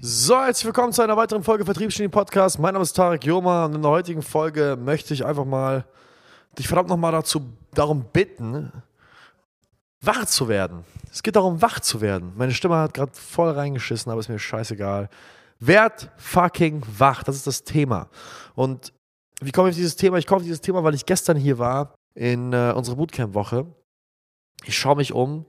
So, herzlich willkommen zu einer weiteren Folge Vertriebsgenie Podcast. Mein Name ist Tarek Joma und in der heutigen Folge möchte ich einfach mal dich verdammt nochmal darum bitten, wach zu werden. Es geht darum, wach zu werden. Meine Stimme hat gerade voll reingeschissen, aber ist mir scheißegal. Werd fucking wach, das ist das Thema. Und wie komme ich auf dieses Thema? Ich komme auf dieses Thema, weil ich gestern hier war in unserer Bootcamp-Woche. Ich schaue mich um.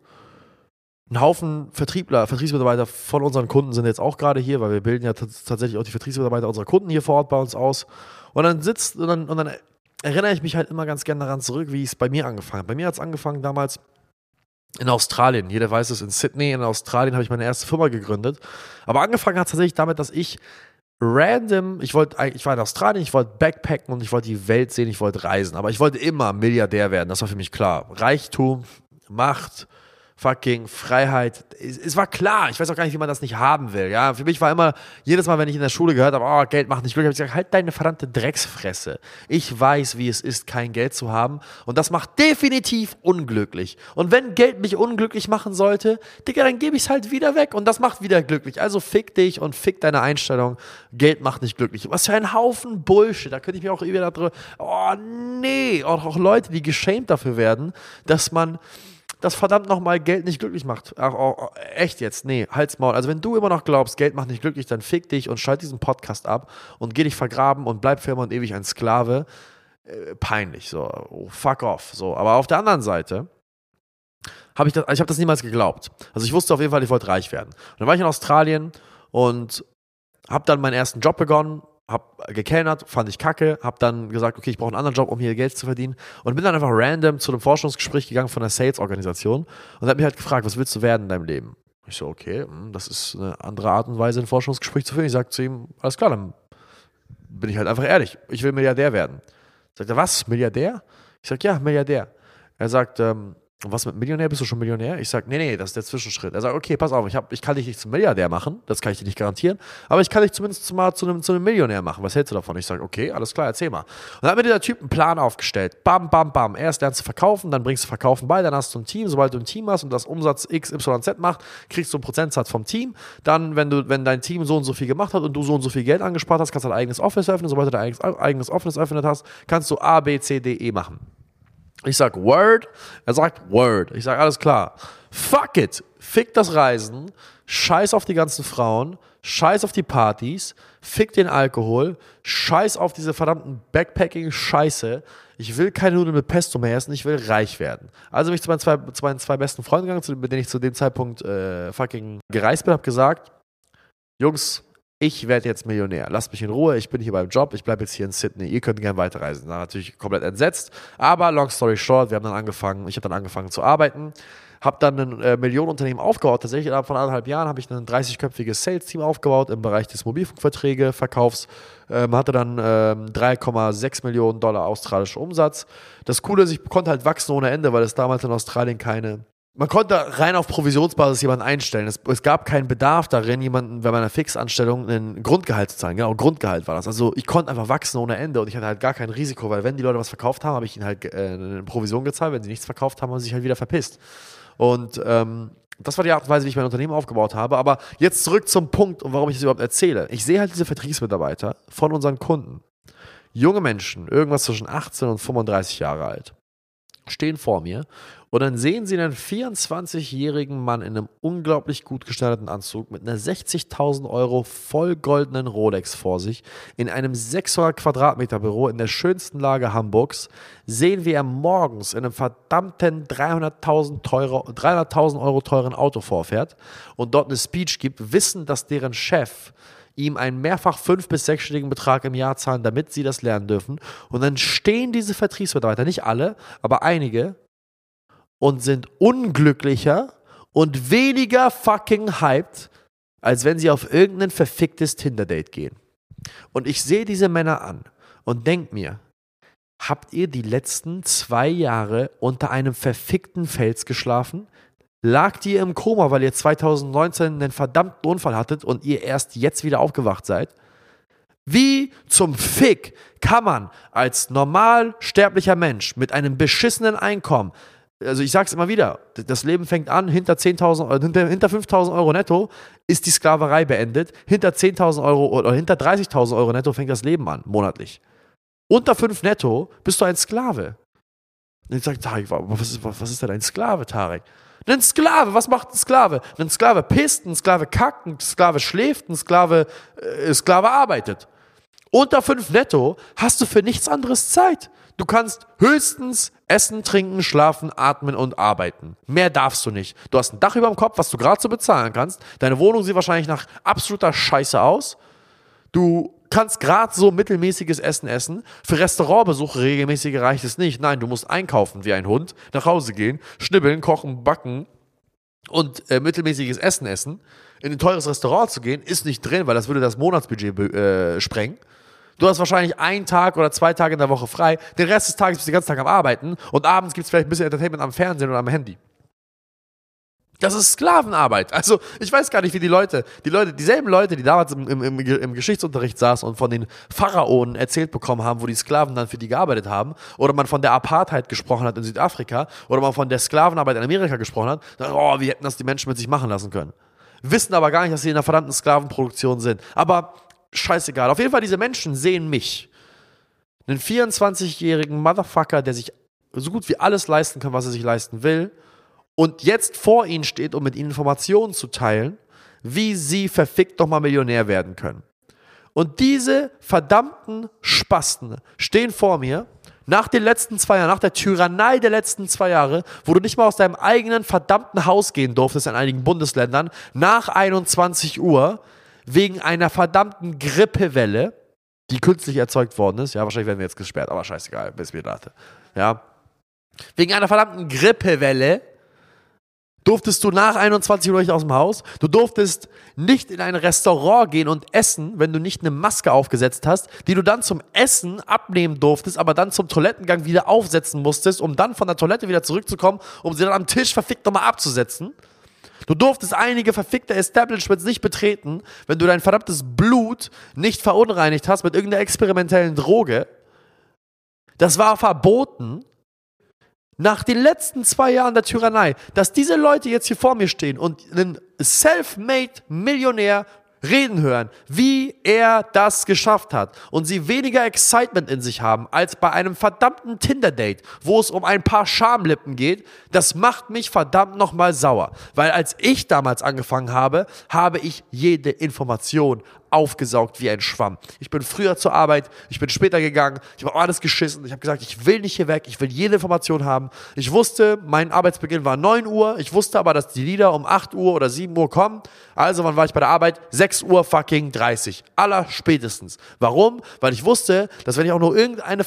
Ein Haufen Vertriebsmitarbeiter von unseren Kunden sind jetzt auch gerade hier, weil wir bilden ja tatsächlich auch die Vertriebsmitarbeiter unserer Kunden hier vor Ort bei uns aus. Und dann dann erinnere ich mich halt immer ganz gerne daran zurück, wie es bei mir angefangen hat. Bei mir hat es angefangen damals in Australien. Jeder weiß es, in Sydney, in Australien habe ich meine erste Firma gegründet. Aber angefangen hat es tatsächlich damit, dass ich random, ich war in Australien, ich wollte backpacken und ich wollte die Welt sehen, ich wollte reisen. Aber ich wollte immer Milliardär werden, das war für mich klar. Reichtum, Macht, fucking Freiheit. Es war klar, ich weiß auch gar nicht, wie man das nicht haben will. Ja? Für mich war immer, jedes Mal, wenn ich in der Schule gehört habe, oh, Geld macht nicht glücklich, habe ich gesagt, halt deine verdammte Drecksfresse. Ich weiß, wie es ist, kein Geld zu haben und das macht definitiv unglücklich. Und wenn Geld mich unglücklich machen sollte, Digga, dann gebe ich es halt wieder weg und das macht wieder glücklich. Also fick dich und fick deine Einstellung. Geld macht nicht glücklich. Was für ein Haufen Bullshit. Da könnte ich mir auch wieder drüber, oh nee, auch Leute, die geschämt dafür werden, dass man das verdammt nochmal Geld nicht glücklich macht. Ach, echt jetzt? Nee, halt's Maul. Also wenn du immer noch glaubst, Geld macht nicht glücklich, dann fick dich und schalt diesen Podcast ab und geh dich vergraben und bleib für immer und ewig ein Sklave. Peinlich, so. Oh, fuck off. So. Aber auf der anderen Seite habe ich das niemals geglaubt. Also ich wusste auf jeden Fall, ich wollte reich werden. Und dann war ich in Australien und habe dann meinen ersten Job begonnen, hab gekellnert, fand ich kacke, hab dann gesagt, okay, ich brauche einen anderen Job, um hier Geld zu verdienen und bin dann einfach random zu einem Forschungsgespräch gegangen von einer Sales-Organisation und hab mich halt gefragt, was willst du werden in deinem Leben? Ich so, okay, das ist eine andere Art und Weise, ein Forschungsgespräch zu führen. Ich sag zu ihm, alles klar, dann bin ich halt einfach ehrlich, ich will Milliardär werden. Sagt er, was, Milliardär? Ich sag, ja, Milliardär. Er sagt, und was mit Millionär? Bist du schon Millionär? Ich sage, nee, das ist der Zwischenschritt. Er sagt, okay, pass auf, ich kann dich nicht zum Milliardär machen, das kann ich dir nicht garantieren, aber ich kann dich zumindest mal zu einem Millionär machen. Was hältst du davon? Ich sage, okay, alles klar, erzähl mal. Und dann hat mir dieser Typ einen Plan aufgestellt. Bam, bam, bam. Erst lernst du verkaufen, dann bringst du Verkaufen bei, dann hast du ein Team. Sobald du ein Team hast und das Umsatz X, Y, Z macht, kriegst du einen Prozentsatz vom Team. Dann, wenn dein Team so und so viel gemacht hat und du so und so viel Geld angespart hast, kannst du dein eigenes Office öffnen. Sobald du dein eigenes Office eröffnet hast, kannst du A, B, C, D, E machen. Ich sag Word, er sagt Word. Ich sag alles klar. Fuck it. Fick das Reisen. Scheiß auf die ganzen Frauen. Scheiß auf die Partys. Fick den Alkohol. Scheiß auf diese verdammten Backpacking-Scheiße. Ich will keine Nudeln mit Pesto mehr essen. Ich will reich werden. Also bin ich zu meinen zwei besten Freunden gegangen, mit denen ich zu dem Zeitpunkt fucking gereist bin, hab gesagt, Jungs, ich werde jetzt Millionär. Lasst mich in Ruhe, ich bin hier beim Job, ich bleibe jetzt hier in Sydney. Ihr könnt gerne weiterreisen. War natürlich komplett entsetzt. Aber long story short, ich habe dann angefangen zu arbeiten, habe dann ein Millionenunternehmen aufgebaut. Tatsächlich innerhalb von 1,5 Jahren habe ich ein 30-köpfiges Sales-Team aufgebaut im Bereich des Mobilfunkverträge, Verkaufs. Hatte dann $3,6 Millionen australischer Umsatz. Das Coole ist, ich konnte halt wachsen ohne Ende, weil es damals in Australien man konnte rein auf Provisionsbasis jemanden einstellen. Es gab keinen Bedarf darin, jemanden bei meiner Fixanstellung ein Grundgehalt zu zahlen. Genau, Grundgehalt war das. Also ich konnte einfach wachsen ohne Ende und ich hatte halt gar kein Risiko, weil wenn die Leute was verkauft haben, habe ich ihnen halt eine Provision gezahlt. Wenn sie nichts verkauft haben, haben sie sich halt wieder verpisst. Und das war die Art und Weise, wie ich mein Unternehmen aufgebaut habe. Aber jetzt zurück zum Punkt und warum ich das überhaupt erzähle. Ich sehe halt diese Vertriebsmitarbeiter von unseren Kunden. Junge Menschen, irgendwas zwischen 18 und 35 Jahre alt, stehen vor mir und dann sehen sie einen 24-jährigen Mann in einem unglaublich gut gestalteten Anzug mit einer 60.000 € voll goldenen Rolex vor sich in einem 600 Quadratmeter Büro in der schönsten Lage Hamburgs, sehen wie er morgens in einem verdammten 300.000 € teuren Auto vorfährt und dort eine Speech gibt, wissen, dass deren Chef ihm einen mehrfach 5- bis 6-stelligen Betrag im Jahr zahlen, damit sie das lernen dürfen. Und dann stehen diese Vertriebsmitarbeiter, nicht alle, aber einige, und sind unglücklicher und weniger fucking hyped, als wenn sie auf irgendein verficktes Tinder-Date gehen. Und ich sehe diese Männer an und denke mir, habt ihr die letzten 2 Jahre unter einem verfickten Fels geschlafen? Lagt ihr im Koma, weil ihr 2019 einen verdammten Unfall hattet und ihr erst jetzt wieder aufgewacht seid? Wie zum Fick kann man als normal sterblicher Mensch mit einem beschissenen Einkommen also ich sag's immer wieder, das Leben fängt an, hinter 5.000 Euro netto ist die Sklaverei beendet, hinter 10.000 Euro oder hinter 30.000 Euro netto fängt das Leben an, monatlich. Unter 5 netto bist du ein Sklave. Und ich sage, Tarek, was ist denn ein Sklave, Tarek? Ein Sklave, was macht ein Sklave? Ein Sklave pisst, ein Sklave kackt, ein Sklave schläft, ein Sklave arbeitet. Unter 5 netto hast du für nichts anderes Zeit. Du kannst höchstens essen, trinken, schlafen, atmen und arbeiten. Mehr darfst du nicht. Du hast ein Dach über dem Kopf, was du gerade so bezahlen kannst. Deine Wohnung sieht wahrscheinlich nach absoluter Scheiße aus. Du kannst gerade so mittelmäßiges Essen essen. Für Restaurantbesuche regelmäßig reicht es nicht. Nein, du musst einkaufen wie ein Hund, nach Hause gehen, schnibbeln, kochen, backen und mittelmäßiges Essen essen. In ein teures Restaurant zu gehen, ist nicht drin, weil das würde das Monatsbudget sprengen. Du hast wahrscheinlich 1 Tag oder 2 Tage in der Woche frei. Den Rest des Tages bist du den ganzen Tag am Arbeiten und abends gibt es vielleicht ein bisschen Entertainment am Fernsehen oder am Handy. Das ist Sklavenarbeit. Also ich weiß gar nicht, wie dieselben Leute, die damals im Geschichtsunterricht saßen und von den Pharaonen erzählt bekommen haben, wo die Sklaven dann für die gearbeitet haben, oder man von der Apartheid gesprochen hat in Südafrika, oder man von der Sklavenarbeit in Amerika gesprochen hat, dann, wie hätten das die Menschen mit sich machen lassen können. Wissen aber gar nicht, dass sie in einer verdammten Sklavenproduktion sind. Aber scheißegal. Auf jeden Fall, diese Menschen sehen mich. Einen 24-jährigen Motherfucker, der sich so gut wie alles leisten kann, was er sich leisten will, und jetzt vor ihnen steht, um mit ihnen Informationen zu teilen, wie sie verfickt nochmal Millionär werden können. Und diese verdammten Spasten stehen vor mir, nach den letzten 2 Jahren, nach der Tyrannei der letzten 2 Jahre, wo du nicht mal aus deinem eigenen verdammten Haus gehen durftest in einigen Bundesländern, nach 21 Uhr, wegen einer verdammten Grippewelle, die künstlich erzeugt worden ist. Ja, wahrscheinlich werden wir jetzt gesperrt, aber scheißegal, bis mir dachte. Ja. Wegen einer verdammten Grippewelle durftest du nach 21 Uhr nicht aus dem Haus. Du durftest nicht in ein Restaurant gehen und essen, wenn du nicht eine Maske aufgesetzt hast, die du dann zum Essen abnehmen durftest, aber dann zum Toilettengang wieder aufsetzen musstest, um dann von der Toilette wieder zurückzukommen, um sie dann am Tisch verfickt nochmal abzusetzen. Du durftest einige verfickte Establishments nicht betreten, wenn du dein verdammtes Blut nicht verunreinigt hast mit irgendeiner experimentellen Droge. Das war verboten. Nach den letzten 2 Jahren der Tyrannei, dass diese Leute jetzt hier vor mir stehen und einen self-made Millionär reden hören, wie er das geschafft hat und sie weniger Excitement in sich haben als bei einem verdammten Tinder-Date, wo es um ein paar Schamlippen geht, das macht mich verdammt nochmal sauer. Weil als ich damals angefangen habe, habe ich jede Information aufgesaugt wie ein Schwamm. Ich bin früher zur Arbeit, ich bin später gegangen, ich habe alles geschissen, ich habe gesagt, ich will nicht hier weg, ich will jede Information haben. Ich wusste, mein Arbeitsbeginn war 9 Uhr, ich wusste aber, dass die Lieder um 8 Uhr oder 7 Uhr kommen. Also wann war ich bei der Arbeit? 6 Uhr fucking 30. Allerspätestens. Warum? Weil ich wusste, dass wenn ich auch nur irgendeinen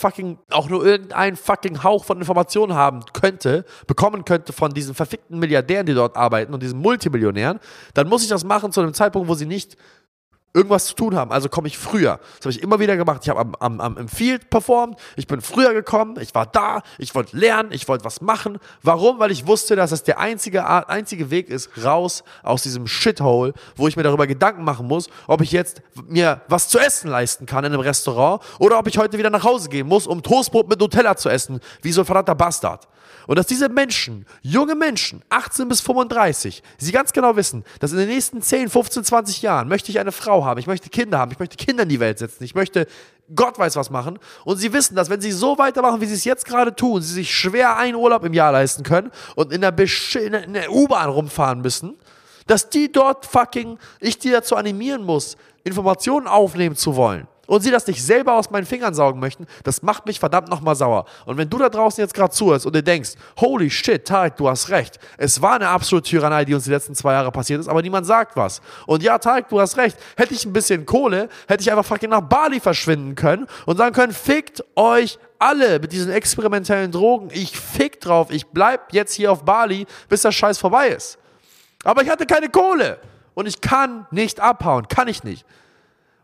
fucking Hauch von Informationen bekommen könnte von diesen verfickten Milliardären, die dort arbeiten und diesen Multimillionären, dann muss ich das machen zu einem Zeitpunkt, wo sie nicht irgendwas zu tun haben, also komme ich früher. Das habe ich immer wieder gemacht. Ich habe im Field performt, ich bin früher gekommen, ich war da, ich wollte lernen, ich wollte was machen. Warum? Weil ich wusste, dass es der einzige Weg ist, raus aus diesem Shithole, wo ich mir darüber Gedanken machen muss, ob ich jetzt mir was zu essen leisten kann in einem Restaurant oder ob ich heute wieder nach Hause gehen muss, um Toastbrot mit Nutella zu essen, wie so ein verdammter Bastard. Und dass diese Menschen, junge Menschen, 18 bis 35, sie ganz genau wissen, dass in den nächsten 10, 15, 20 Jahren möchte ich eine Frau haben, ich möchte Kinder haben, ich möchte Kinder in die Welt setzen, ich möchte Gott weiß was machen. Und sie wissen, dass wenn sie so weitermachen, wie sie es jetzt gerade tun, sie sich schwer einen Urlaub im Jahr leisten können und in der U-Bahn rumfahren müssen, dass die dort ich die dazu animieren muss, Informationen aufnehmen zu wollen. Und sie das nicht selber aus meinen Fingern saugen möchten, das macht mich verdammt nochmal sauer. Und wenn du da draußen jetzt gerade zuhörst und dir denkst, holy shit, Tarek, du hast recht. Es war eine absolute Tyrannei, die uns die letzten 2 Jahre passiert ist, aber niemand sagt was. Und ja, Tarek, du hast recht. Hätte ich ein bisschen Kohle, hätte ich einfach fucking nach Bali verschwinden können und sagen können, fickt euch alle mit diesen experimentellen Drogen. Ich fick drauf, ich bleib jetzt hier auf Bali, bis der Scheiß vorbei ist. Aber ich hatte keine Kohle und ich kann nicht abhauen, kann ich nicht.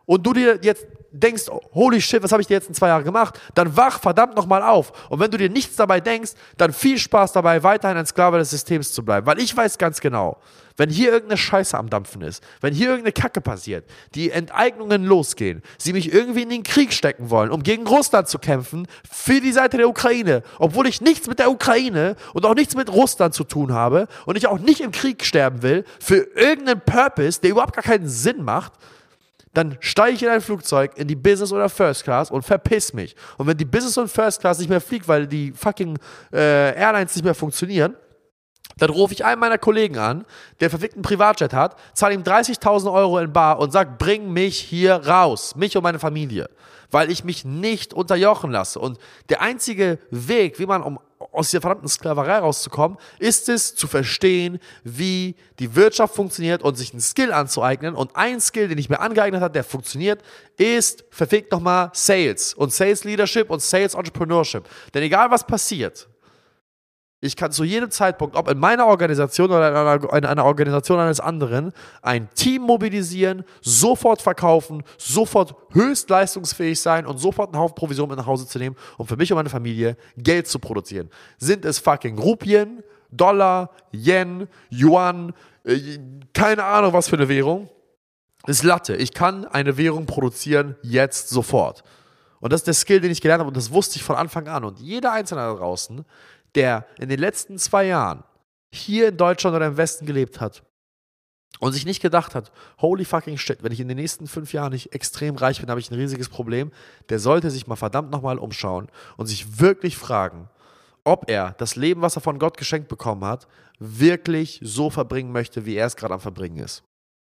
und du dir jetzt denkst, holy shit, was habe ich die letzten 2 Jahre gemacht, dann wach verdammt nochmal auf. Und wenn du dir nichts dabei denkst, dann viel Spaß dabei, weiterhin ein Sklave des Systems zu bleiben. Weil ich weiß ganz genau, wenn hier irgendeine Scheiße am Dampfen ist, wenn hier irgendeine Kacke passiert, die Enteignungen losgehen, sie mich irgendwie in den Krieg stecken wollen, um gegen Russland zu kämpfen, für die Seite der Ukraine, obwohl ich nichts mit der Ukraine und auch nichts mit Russland zu tun habe und ich auch nicht im Krieg sterben will, für irgendeinen Purpose, der überhaupt gar keinen Sinn macht, dann steige ich in ein Flugzeug, in die Business oder First Class und verpiss mich. Und wenn die Business und First Class nicht mehr fliegt, weil die fucking Airlines nicht mehr funktionieren, dann rufe ich einen meiner Kollegen an, der verfickten Privatjet hat, zahle ihm 30.000 Euro in bar und sage, bring mich hier raus, mich und meine Familie, weil ich mich nicht unterjochen lasse. Und der einzige Weg, wie man aus dieser verdammten Sklaverei rauszukommen, ist es zu verstehen, wie die Wirtschaft funktioniert und sich einen Skill anzueignen. Und ein Skill, den ich mir angeeignet habe, der funktioniert, ist verfickt nochmal Sales und Sales Leadership und Sales Entrepreneurship. Denn egal was passiert, ich kann zu jedem Zeitpunkt, ob in meiner Organisation oder in einer Organisation eines anderen, ein Team mobilisieren, sofort verkaufen, sofort höchst leistungsfähig sein und sofort einen Haufen Provision mit nach Hause zu nehmen, um für mich und meine Familie Geld zu produzieren. Sind es fucking Rupien, Dollar, Yen, Yuan, keine Ahnung was für eine Währung, ist Latte. Ich kann eine Währung produzieren, jetzt, sofort. Und das ist der Skill, den ich gelernt habe und das wusste ich von Anfang an. Und jeder Einzelne da draußen, der in den letzten 2 Jahren hier in Deutschland oder im Westen gelebt hat und sich nicht gedacht hat, holy fucking shit, wenn ich in den nächsten 5 Jahren nicht extrem reich bin, habe ich ein riesiges Problem, der sollte sich mal verdammt nochmal umschauen und sich wirklich fragen, ob er das Leben, was er von Gott geschenkt bekommen hat, wirklich so verbringen möchte, wie er es gerade am Verbringen ist.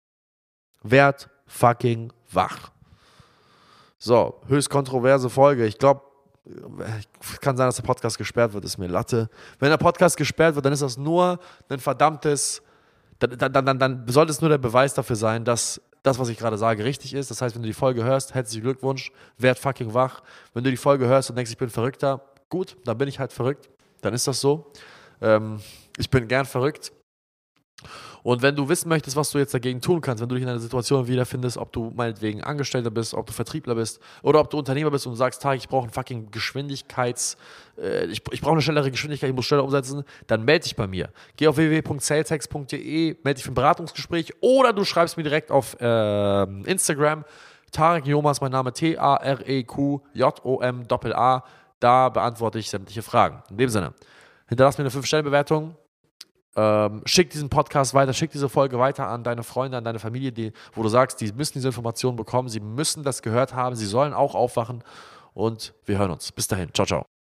Werd fucking wach. So, höchst kontroverse Folge. Ich glaube, kann sein, dass der Podcast gesperrt wird, ist mir Latte. Wenn der Podcast gesperrt wird, dann ist das nur ein verdammtes, dann sollte es nur der Beweis dafür sein, dass das, was ich gerade sage, richtig ist. Das heißt, wenn du die Folge hörst, herzlichen Glückwunsch, werd fucking wach. Wenn du die Folge hörst und denkst, ich bin Verrückter, gut, dann bin ich halt verrückt. Dann ist das so. Ich bin gern verrückt. Und wenn du wissen möchtest, was du jetzt dagegen tun kannst, wenn du dich in einer Situation wiederfindest, ob du meinetwegen Angestellter bist, ob du Vertriebler bist oder ob du Unternehmer bist und du sagst, ich brauche einen fucking ich brauche eine schnellere Geschwindigkeit, ich muss schneller umsetzen, dann melde dich bei mir. Geh auf www.saleshex.de, melde dich für ein Beratungsgespräch oder du schreibst mir direkt auf Instagram. Tarek Yoma ist mein Name, TarekJomA. Da beantworte ich sämtliche Fragen. In dem Sinne, hinterlass mir eine 5-Sterne-Bewertung. Schick diesen Podcast weiter, schick diese Folge weiter an deine Freunde, an deine Familie, wo du sagst, die müssen diese Informationen bekommen, sie müssen das gehört haben, sie sollen auch aufwachen und wir hören uns. Bis dahin, ciao, ciao.